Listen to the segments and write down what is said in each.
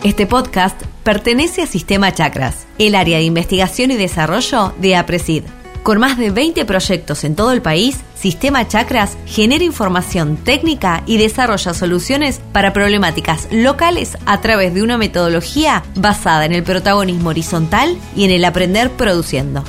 Este podcast pertenece a Sistema Chakras, el área de investigación y desarrollo de APRESID. Con más de 20 proyectos en todo el país, Sistema Chakras genera información técnica y desarrolla soluciones para problemáticas locales a través de una metodología basada en el protagonismo horizontal y en el aprender produciendo.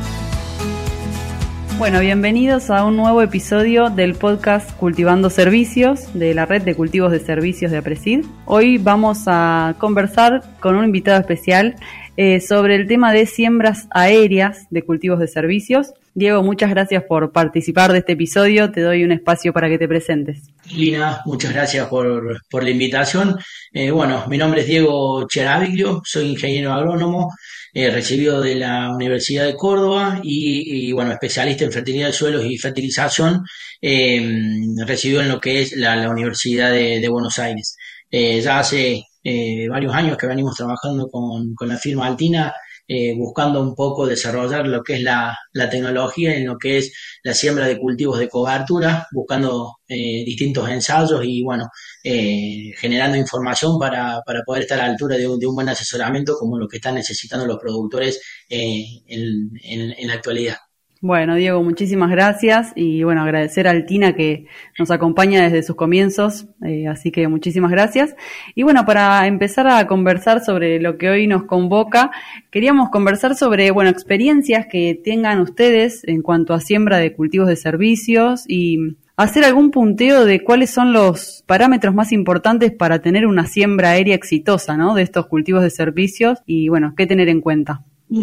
Bueno, bienvenidos a un nuevo episodio del podcast Cultivando Servicios de la Red de Cultivos de Servicios de APRESID. Hoy vamos a conversar con un invitado especial sobre el tema de siembras aéreas de cultivos de servicios. Diego, muchas gracias por participar de este episodio. Te doy un espacio para que te presentes. Lina, muchas gracias por la invitación. Mi nombre es Diego Cheraviglio, soy ingeniero agrónomo, recibido de la Universidad de Córdoba y especialista en fertilidad de suelos y fertilización, recibido en lo que es la Universidad de Buenos Aires. Ya hace varios años que venimos trabajando con la firma Altina, buscando un poco desarrollar lo que es la tecnología en lo que es la siembra de cultivos de cobertura, buscando distintos ensayos y generando información para poder estar a la altura de un buen asesoramiento como lo que están necesitando los productores en la actualidad. Bueno, Diego, muchísimas gracias y agradecer a Altina que nos acompaña desde sus comienzos, así que muchísimas gracias. Y para empezar a conversar sobre lo que hoy nos convoca, queríamos conversar sobre, experiencias que tengan ustedes en cuanto a siembra de cultivos de servicios y hacer algún punteo de cuáles son los parámetros más importantes para tener una siembra aérea exitosa, ¿no?, de estos cultivos de servicios y, qué tener en cuenta.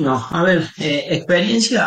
Experiencias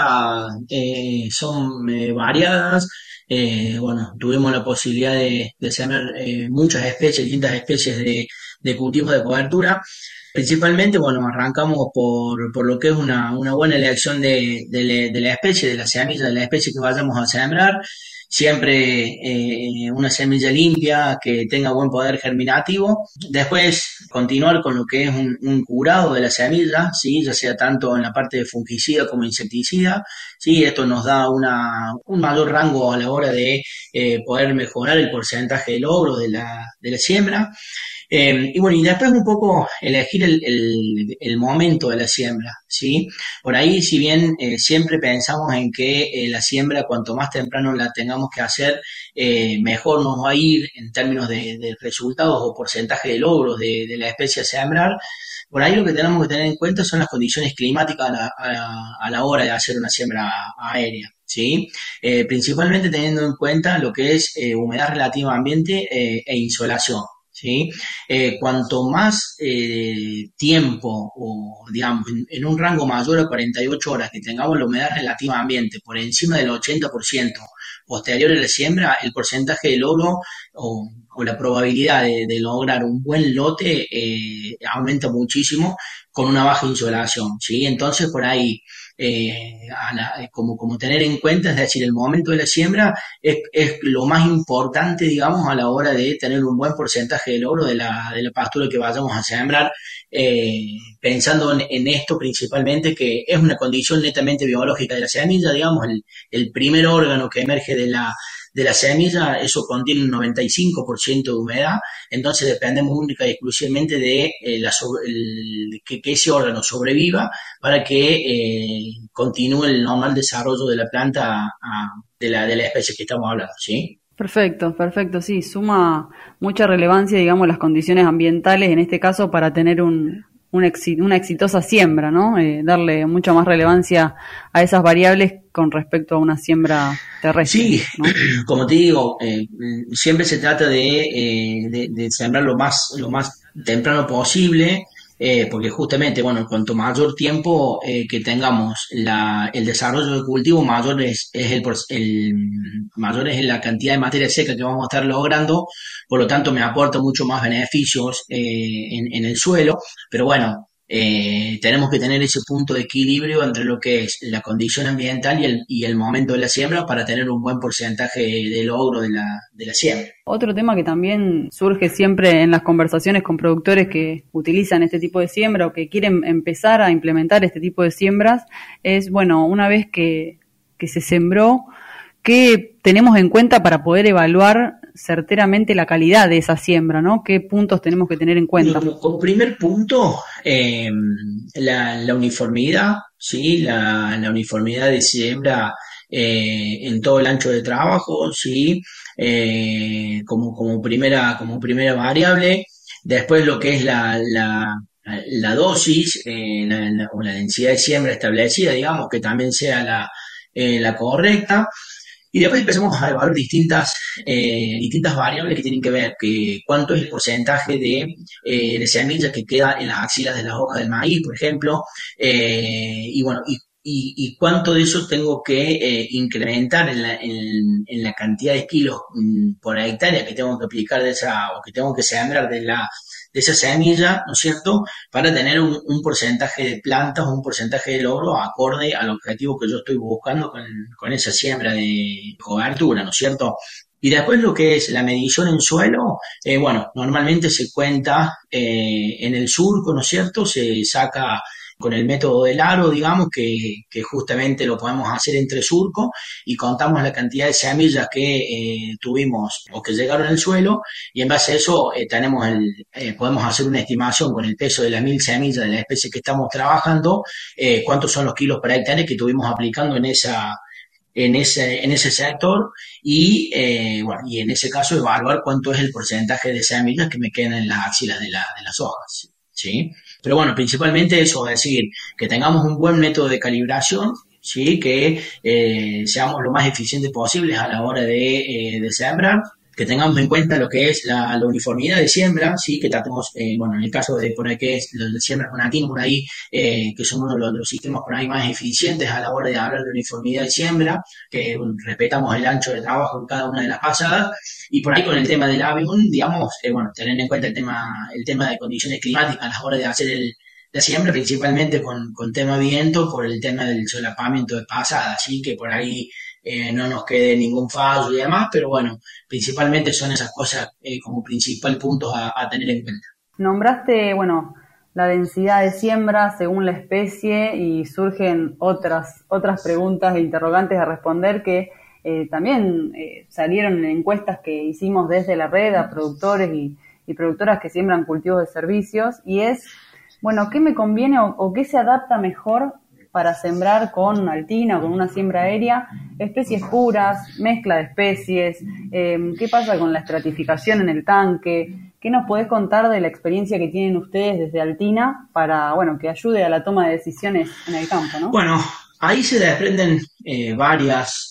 son variadas. Tuvimos la posibilidad de sembrar muchas especies, distintas especies de cultivos de cobertura. Principalmente, arrancamos por lo que es una buena elección de la especie, de la semilla de la especie que vayamos a sembrar. Siempre una semilla limpia que tenga buen poder germinativo. Después continuar con lo que es un curado de la semilla, ¿sí?, ya sea tanto en la parte de fungicida como insecticida, ¿sí? Esto nos da un mayor rango a la hora de poder mejorar el porcentaje de logro de la siembra. Y después un poco elegir el momento de la siembra, ¿sí? Por ahí, si bien siempre pensamos en que la siembra, cuanto más temprano la tengamos que hacer, mejor nos va a ir en términos de resultados o porcentaje de logros de la especie a sembrar. Por ahí lo que tenemos que tener en cuenta son las condiciones climáticas a la hora de hacer una siembra aérea, ¿sí? Principalmente teniendo en cuenta lo que es humedad relativa ambiente e insolación, ¿sí? Cuanto más tiempo, o digamos, en un rango mayor a 48 horas que tengamos la humedad relativa ambiente por encima del 80% posterior a la siembra, el porcentaje de logro o la probabilidad de lograr un buen lote aumenta muchísimo con una baja insolación, ¿sí? Entonces, por ahí, como tener en cuenta, es decir, el momento de la siembra es lo más importante, digamos, a la hora de tener un buen porcentaje de logro de la pastura que vayamos a sembrar, pensando en esto principalmente, que es una condición netamente biológica de la semilla, digamos, el primer órgano que emerge de la semilla, eso contiene un 95% de humedad, entonces dependemos única y exclusivamente de que ese órgano sobreviva para que continúe el normal desarrollo de la planta de la especie que estamos hablando, ¿sí? Perfecto, sí, suma mucha relevancia, digamos, las condiciones ambientales en este caso para tener una exitosa siembra, ¿no? Darle mucha más relevancia a esas variables con respecto a una siembra terrestre. Sí, ¿no? Como te digo, siempre se trata de sembrar lo más temprano posible, porque justamente, cuanto mayor tiempo que tengamos el desarrollo del cultivo, mayor es la cantidad de materia seca que vamos a estar logrando, por lo tanto me aporta mucho más beneficios en el suelo, pero tenemos que tener ese punto de equilibrio entre lo que es la condición ambiental y el momento de la siembra para tener un buen porcentaje de logro de la siembra. Otro tema que también surge siempre en las conversaciones con productores que utilizan este tipo de siembra o que quieren empezar a implementar este tipo de siembras es, una vez que se sembró, ¿qué tenemos en cuenta para poder evaluar certeramente la calidad de esa siembra, ¿no? ¿Qué puntos tenemos que tener en cuenta? Como primer punto, la uniformidad, ¿sí? La uniformidad de siembra en todo el ancho de trabajo, ¿sí? Como primera variable. Después lo que es la dosis o la densidad de siembra establecida, digamos, que también sea la correcta. Y después empezamos a evaluar distintas variables que tienen que ver que cuánto es el porcentaje de semilla que queda en las axilas de las hojas del maíz, por ejemplo, y bueno, y cuánto de eso tengo que incrementar en la cantidad de kilos por hectárea que tengo que aplicar o que tengo que sembrar de esa semilla, ¿no es cierto?, para tener un porcentaje de plantas o un porcentaje de logro acorde al objetivo que yo estoy buscando con esa siembra de cobertura, ¿no es cierto? Y después lo que es la medición en suelo, bueno, normalmente se cuenta en el surco, ¿no es cierto? Se saca con el método del aro, digamos, que justamente lo podemos hacer entre surco y contamos la cantidad de semillas que tuvimos o que llegaron al suelo y en base a eso podemos hacer una estimación con el peso de las 1000 semillas de la especie que estamos trabajando, cuántos son los kilos por hectárea que tuvimos aplicando en ese sector bueno, y en ese caso evaluar cuánto es el porcentaje de semillas que me quedan en las axilas de las hojas, ¿sí? Pero bueno, principalmente eso, es decir, que tengamos un buen método de calibración, ¿sí? Que seamos lo más eficientes posibles a la hora de sembrar, que tengamos en cuenta lo que es la uniformidad de siembra, ¿sí? Que tratemos, bueno, en el caso de por ahí que es los de siembra con atino, por ahí, que son uno de los sistemas por ahí más eficientes a la hora de hablar de uniformidad de siembra, que bueno, respetamos el ancho de trabajo en cada una de las pasadas, y por ahí con el tema del avión, digamos, bueno, tener en cuenta el tema de condiciones climáticas a la hora de hacer la siembra, principalmente con tema viento, por el tema del solapamiento de pasada, así que por ahí no nos quede ningún fallo y demás, pero bueno, principalmente son esas cosas como principal puntos a tener en cuenta. Nombraste, bueno, la densidad de siembra según la especie y surgen otras preguntas e interrogantes a responder que también salieron en encuestas que hicimos desde la red a productores y productoras que siembran cultivos de servicios y es, bueno, ¿qué me conviene o qué se adapta mejor para sembrar con altina o con una siembra aérea? Especies puras, mezcla de especies, ¿qué pasa con la estratificación en el tanque? ¿Qué nos podés contar de la experiencia que tienen ustedes desde Altina para, bueno, que ayude a la toma de decisiones en el campo, ¿no? Bueno, ahí se desprenden varias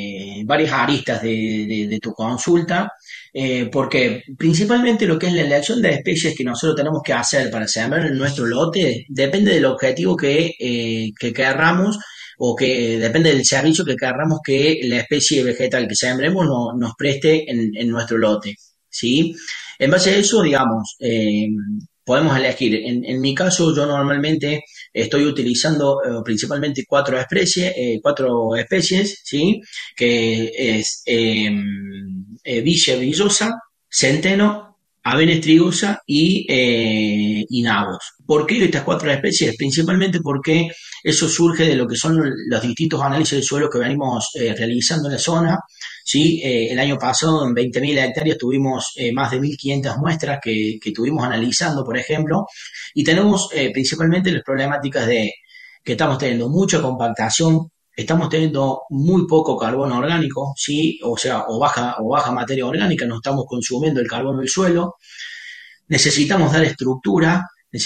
aristas de tu consulta, porque principalmente lo que es la elección de especies que nosotros tenemos que hacer para sembrar en nuestro lote depende del objetivo que querramos o que depende del servicio que querramos que la especie vegetal que sembremos nos preste en nuestro lote, ¿sí? En base a eso, digamos, podemos elegir. En mi caso, yo normalmente estoy utilizando principalmente cuatro especies, ¿sí? Que es Vicia brillosa, Centeno, Avena strigosa y Nabos. ¿Por qué estas cuatro especies? Principalmente porque eso surge de lo que son los distintos análisis de suelo que venimos realizando en la zona, ¿sí? El año pasado en 20.000 hectáreas tuvimos más de 1.500 muestras que estuvimos analizando, por ejemplo, y tenemos principalmente las problemáticas de que estamos teniendo mucha compactación, estamos teniendo muy poco carbono orgánico, ¿sí? O sea, o baja materia orgánica, no estamos consumiendo el carbono del suelo, necesitamos dar estructura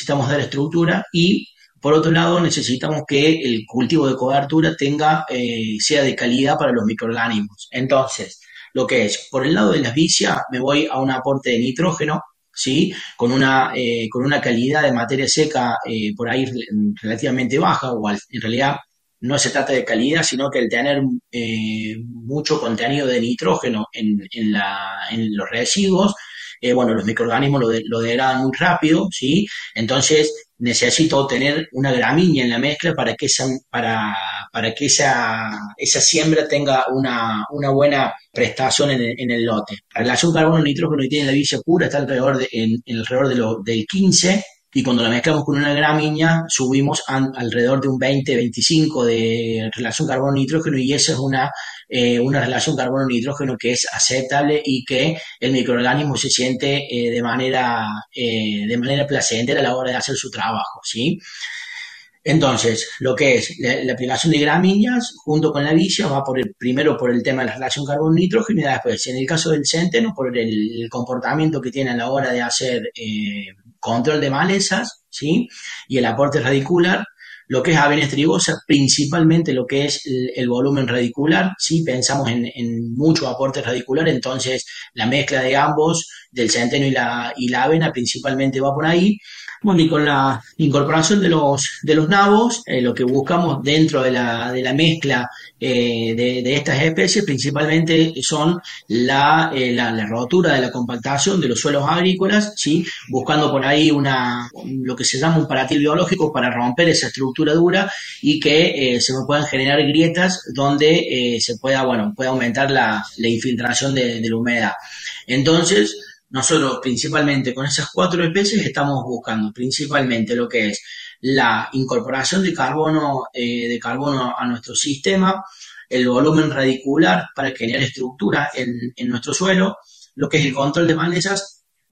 y por otro lado necesitamos que el cultivo de cobertura sea de calidad para los microorganismos. Entonces, lo que es, por el lado de las vicias, me voy a un aporte de nitrógeno, ¿sí? Con una calidad de materia seca por ahí relativamente baja, o en realidad no se trata de calidad, sino que el tener mucho contenido de nitrógeno en los residuos, bueno, los microorganismos lo degradan muy rápido, ¿sí? Entonces necesito tener una gramínea en la mezcla para que esa siembra tenga una buena prestación en el lote. La relación carbono-nitrógeno que tiene la vicia pura está alrededor del 15, y cuando la mezclamos con una gramínea subimos alrededor de un 20-25 de relación carbono-nitrógeno, y esa es una relación carbono-nitrógeno que es aceptable y que el microorganismo se siente de manera placentera a la hora de hacer su trabajo, ¿sí? Entonces, lo que es la aplicación de gramíneas junto con la vicia va primero por el tema de la relación carbono-nitrógeno, y después, en el caso del centeno, por el comportamiento que tiene a la hora de hacer control de malezas, ¿sí? Y el aporte radicular. Lo que es Avenes trigosa, principalmente lo que es el volumen radicular, ¿sí? Pensamos en mucho aporte radicular, entonces la mezcla de ambos, del centeno y la avena, principalmente va por ahí. Bueno, y con la incorporación de los nabos, lo que buscamos dentro de la mezcla de estas especies, principalmente son la rotura de la compactación de los suelos agrícolas, ¿sí? Buscando por ahí lo que se llama un paratil biológico para romper esa estructura dura y que se puedan generar grietas donde se pueda aumentar la infiltración de la humedad. Entonces, nosotros principalmente con esas 4 especies estamos buscando principalmente lo que es la incorporación de carbono a nuestro sistema, el volumen radicular para generar estructura en nuestro suelo, lo que es el control de malezas,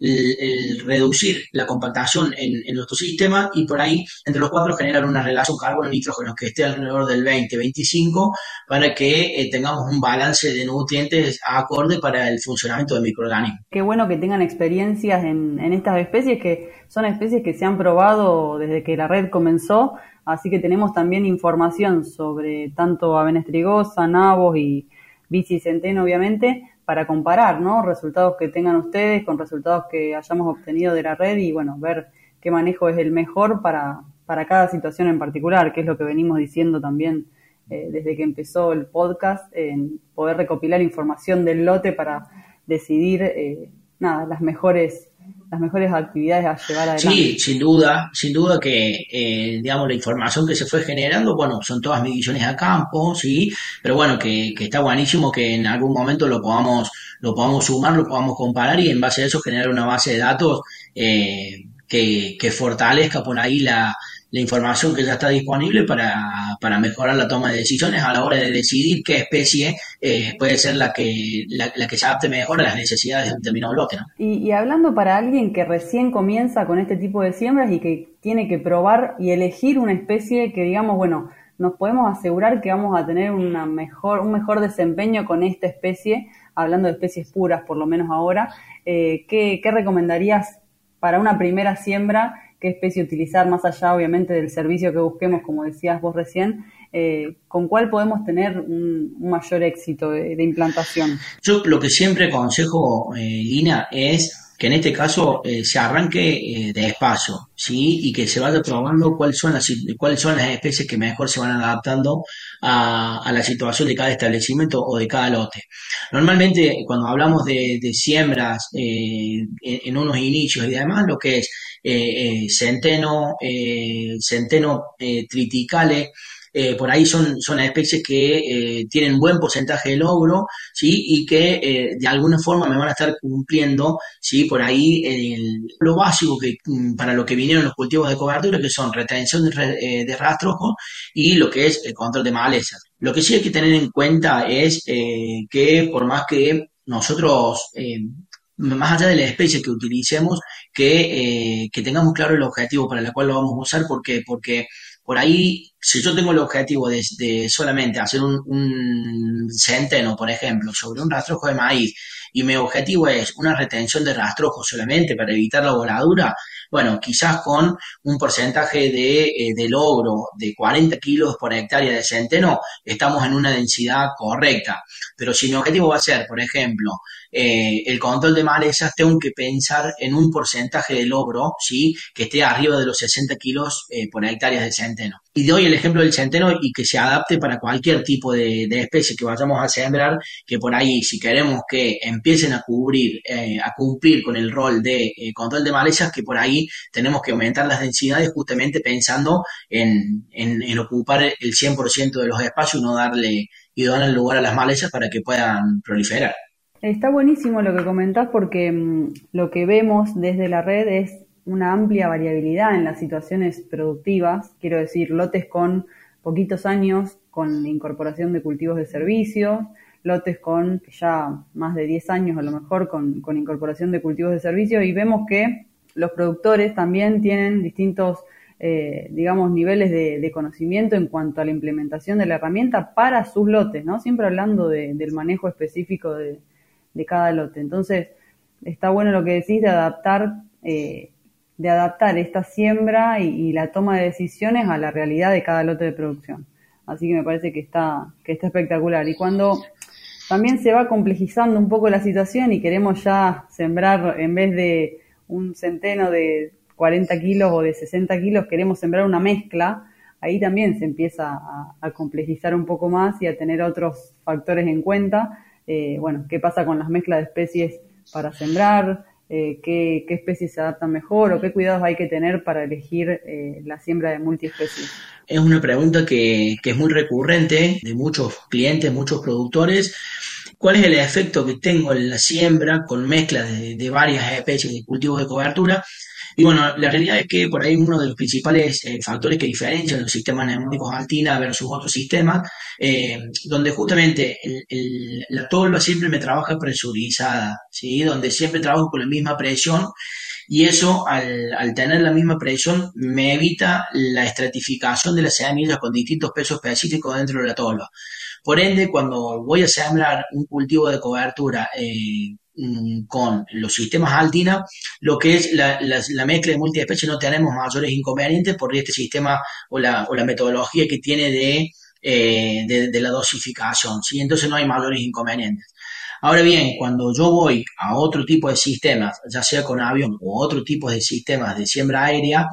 el reducir la compactación en nuestro sistema, y por ahí entre los 4 generar una relación carbono-nitrógeno que esté alrededor del 20-25 para que tengamos un balance de nutrientes acorde para el funcionamiento del microorganismo. Qué bueno que tengan experiencias en estas especies, que son especies que se han probado desde que la red comenzó, así que tenemos también información sobre tanto Avenes trigosa, nabos y vicia y centeno, obviamente, para comparar, ¿no? Resultados que tengan ustedes con resultados que hayamos obtenido de la red, y bueno, ver qué manejo es el mejor para cada situación en particular, que es lo que venimos diciendo también desde que empezó el podcast, en poder recopilar información del lote para decidir las mejores actividades a llevar adelante. Sí, sin duda que, digamos, la información que se fue generando, bueno, son todas mediciones a campo, sí, pero bueno, que está buenísimo que en algún momento lo podamos sumar, lo podamos comparar, y en base a eso generar una base de datos que fortalezca por ahí la información que ya está disponible para mejorar la toma de decisiones a la hora de decidir qué especie puede ser la que se adapte mejor a las necesidades de un determinado lote, ¿no? Y hablando para alguien que recién comienza con este tipo de siembras y que tiene que probar y elegir una especie que, digamos, bueno, nos podemos asegurar que vamos a tener un mejor desempeño con esta especie, hablando de especies puras por lo menos ahora, ¿qué recomendarías para una primera siembra? ¿Qué especie utilizar, más allá obviamente del servicio que busquemos, como decías vos recién? ¿Con cuál podemos tener un mayor éxito de implantación? Yo lo que siempre aconsejo, Lina, es que en este caso se arranque despacio, ¿sí? Y que se vaya probando cuáles son las especies que mejor se van adaptando a la situación de cada establecimiento o de cada lote. Normalmente, cuando hablamos de siembras en unos inicios y demás, lo que es centeno triticale, por ahí son especies que tienen buen porcentaje de logro, ¿sí? Y que de alguna forma me van a estar cumpliendo, ¿sí? Por ahí lo básico para lo que vinieron los cultivos de cobertura, que son retención de rastrojo y lo que es el control de malezas. Lo que sí hay que tener en cuenta es que por más que nosotros, más allá de la especie que utilicemos, que tengamos claro el objetivo para el cual lo vamos a usar. ¿Por qué? Porque por ahí, si yo tengo el objetivo de solamente hacer un centeno, por ejemplo, sobre un rastrojo de maíz, y mi objetivo es una retención de rastrojo solamente para evitar la voladura, bueno, quizás con un porcentaje de logro de 40 kilos por hectárea de centeno, estamos en una densidad correcta. Pero si mi objetivo va a ser, por ejemplo, el control de malezas, tengo que pensar en un porcentaje de logro, ¿sí? Que esté arriba de los 60 kilos por hectárea de centeno. Y doy el ejemplo del centeno y que se adapte para cualquier tipo de especie que vayamos a sembrar, que por ahí, si queremos que empiecen a cumplir con el rol de control de malezas, que por ahí tenemos que aumentar las densidades justamente pensando en ocupar el 100% de los espacios y no darle lugar a las malezas para que puedan proliferar. Está buenísimo lo que comentás, porque lo que vemos desde la red es una amplia variabilidad en las situaciones productivas, quiero decir, lotes con poquitos años con incorporación de cultivos de servicios, lotes con ya más de 10 años a lo mejor con incorporación de cultivos de servicios, y vemos que los productores también tienen distintos niveles de conocimiento en cuanto a la implementación de la herramienta para sus lotes, ¿no? Siempre hablando del manejo específico de cada lote. Entonces, está bueno lo que decís de adaptar esta siembra y la toma de decisiones a la realidad de cada lote de producción. Así que me parece que está espectacular. Y cuando también se va complejizando un poco la situación y queremos ya sembrar, en vez de un centeno de 40 kilos o de 60 kilos, queremos sembrar una mezcla, ahí también se empieza a complejizar un poco más y a tener otros factores en cuenta. ¿Qué pasa con las mezclas de especies para sembrar? ¿Qué especies se adaptan mejor o qué cuidados hay que tener para elegir la siembra de multiespecies? Es una pregunta que es muy recurrente de muchos clientes, muchos productores. ¿Cuál es el efecto que tengo en la siembra con mezcla de varias especies de cultivos de cobertura? Y bueno, la realidad es que por ahí uno de los principales factores que diferencian los sistemas neumáticos Altina versus otros sistemas, donde justamente la tolva siempre me trabaja presurizada, ¿sí? Donde siempre trabajo con la misma presión, y eso al tener la misma presión me evita la estratificación de las semillas con distintos pesos específicos dentro de la tolva. Por ende, cuando voy a sembrar un cultivo de cobertura con los sistemas Altina, lo que es la mezcla de multiespecies, no tenemos mayores inconvenientes por este sistema o la metodología que tiene de la dosificación, ¿sí? Entonces no hay mayores inconvenientes. Ahora bien, cuando yo voy a otro tipo de sistemas, ya sea con avión o otro tipo de sistemas de siembra aérea,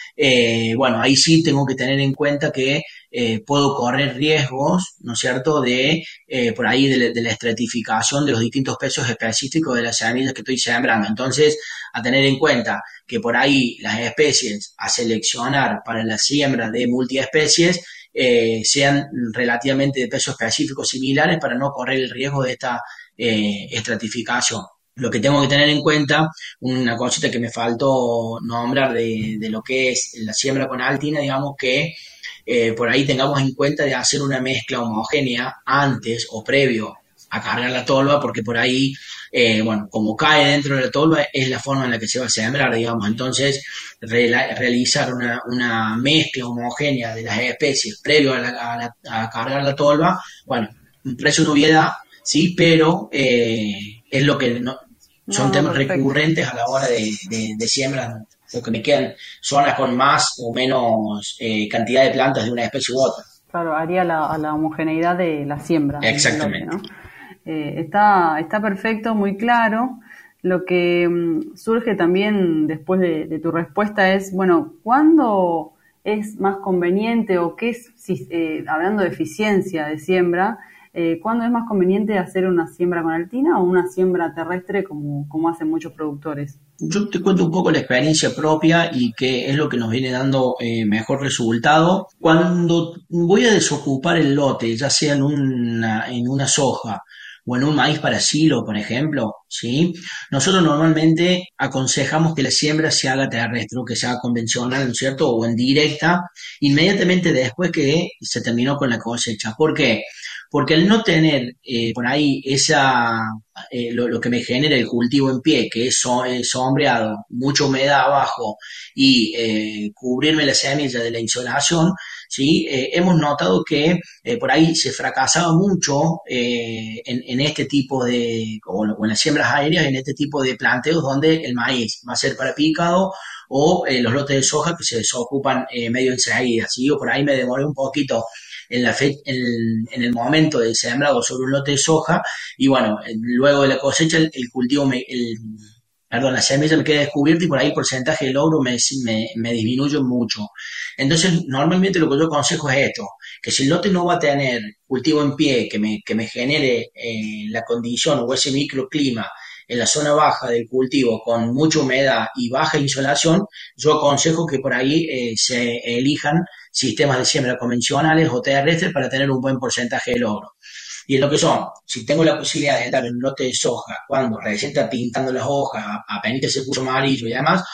ahí sí tengo que tener en cuenta que puedo correr riesgos, ¿no es cierto?, por ahí de la estratificación de los distintos pesos específicos de las semillas que estoy sembrando. Entonces, a tener en cuenta que por ahí las especies a seleccionar para la siembra de multiespecies sean relativamente de pesos específicos similares para no correr el riesgo de esta estratificación. Lo que tengo que tener en cuenta, una cosita que me faltó nombrar de lo que es la siembra con Altina, digamos que por ahí tengamos en cuenta de hacer una mezcla homogénea antes o previo a cargar la tolva, porque por ahí, como cae dentro de la tolva, es la forma en la que se va a sembrar, digamos. Entonces, realizar una mezcla homogénea de las especies previo a cargar la tolva, parece una obviedad, sí, pero es lo que son temas perfecto. Recurrentes a la hora de siembra, porque me quedan zonas con más o menos cantidad de plantas de una especie u otra. Claro, haría la homogeneidad de la siembra. Exactamente. Lote, ¿no? Está perfecto, muy claro. Lo que surge también después de tu respuesta es, ¿cuándo es más conveniente o qué es, hablando de eficiencia de siembra, ¿cuándo es más conveniente hacer una siembra con Altina o una siembra terrestre como hacen muchos productores? Yo te cuento un poco la experiencia propia y qué es lo que nos viene dando mejor resultado. Cuando voy a desocupar el lote, ya sea en una soja o en un maíz para silo, por ejemplo, ¿sí? Nosotros normalmente aconsejamos que la siembra se haga terrestre, que se haga convencional, ¿no es cierto?, o en directa, inmediatamente después que se terminó con la cosecha. ¿Por qué? Porque al no tener por ahí lo que me genera el cultivo en pie, que es sombreado, mucha humedad abajo y cubrirme la semilla de la insolación, ¿sí? Hemos notado que por ahí se fracasaba mucho en este tipo o en las siembras aéreas, en este tipo de planteos donde el maíz va a ser para picado o los lotes de soja que se desocupan medio enseguida, ¿sí? O por ahí me demoré un poquito en el momento del sembrado sobre un lote de soja y luego de la cosecha el cultivo la semilla me queda descubierta y por ahí el porcentaje de logro me disminuye mucho. Entonces, normalmente lo que yo aconsejo es esto, que si el lote no va a tener cultivo en pie que me genere la condición o ese microclima en la zona baja del cultivo con mucha humedad y baja insolación, yo aconsejo que por ahí se elijan sistemas de siembra convencionales o terrestres para tener un buen porcentaje de logro. Y en lo que son, si tengo la posibilidad de estar en un lote de soja cuando recién está pintando las hojas, apenas se puso amarillo y demás,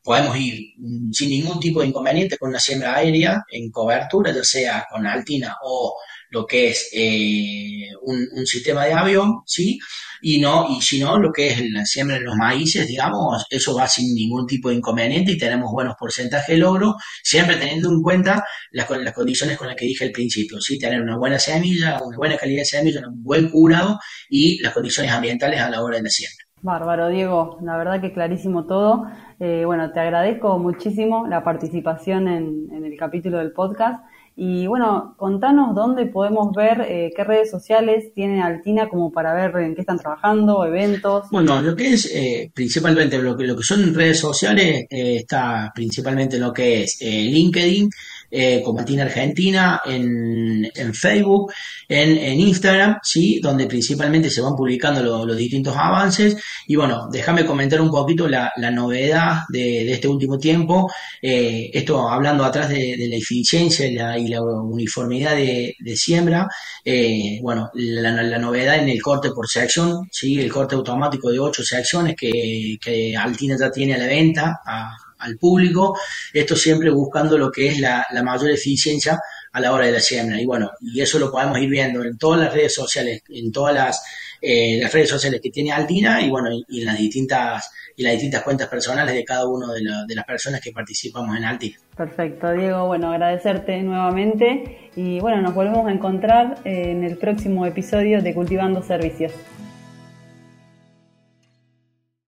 podemos ir sin ningún tipo de inconveniente con una siembra aérea en cobertura, ya sea con Altina o lo que es un sistema de avión, ¿sí? Y si no, lo que es la siembra en los maíces, digamos, eso va sin ningún tipo de inconveniente y tenemos buenos porcentajes de logro, siempre teniendo en cuenta las condiciones con las que dije al principio, ¿sí? Tener una buena semilla, una buena calidad de semilla, un buen curado y las condiciones ambientales a la hora de la siembra. Bárbaro, Diego, la verdad que clarísimo todo. Bueno, te agradezco muchísimo la participación en el capítulo del podcast. Y bueno, contanos dónde podemos ver, qué redes sociales tiene Altina como para ver en qué están trabajando, eventos. Bueno, lo que es principalmente lo que son redes sociales, está principalmente lo que es LinkedIn, como Altina Argentina, en Facebook, en Instagram, ¿sí? Donde principalmente se van publicando los distintos avances. Y bueno, déjame comentar un poquito la novedad de este último tiempo. Esto hablando atrás de la eficiencia y la uniformidad de siembra. Bueno, la novedad en el corte por sección, ¿sí? El corte automático de 8 secciones que Altina ya tiene a la venta al público, esto siempre buscando lo que es la mayor eficiencia a la hora de la siembra. Y bueno, y eso lo podemos ir viendo en todas las redes sociales, en todas las redes sociales que tiene Altina y bueno, y en las distintas cuentas personales de cada uno de las personas que participamos en Altina. Perfecto, Diego. Bueno, agradecerte nuevamente y bueno, nos volvemos a encontrar en el próximo episodio de Cultivando Servicios.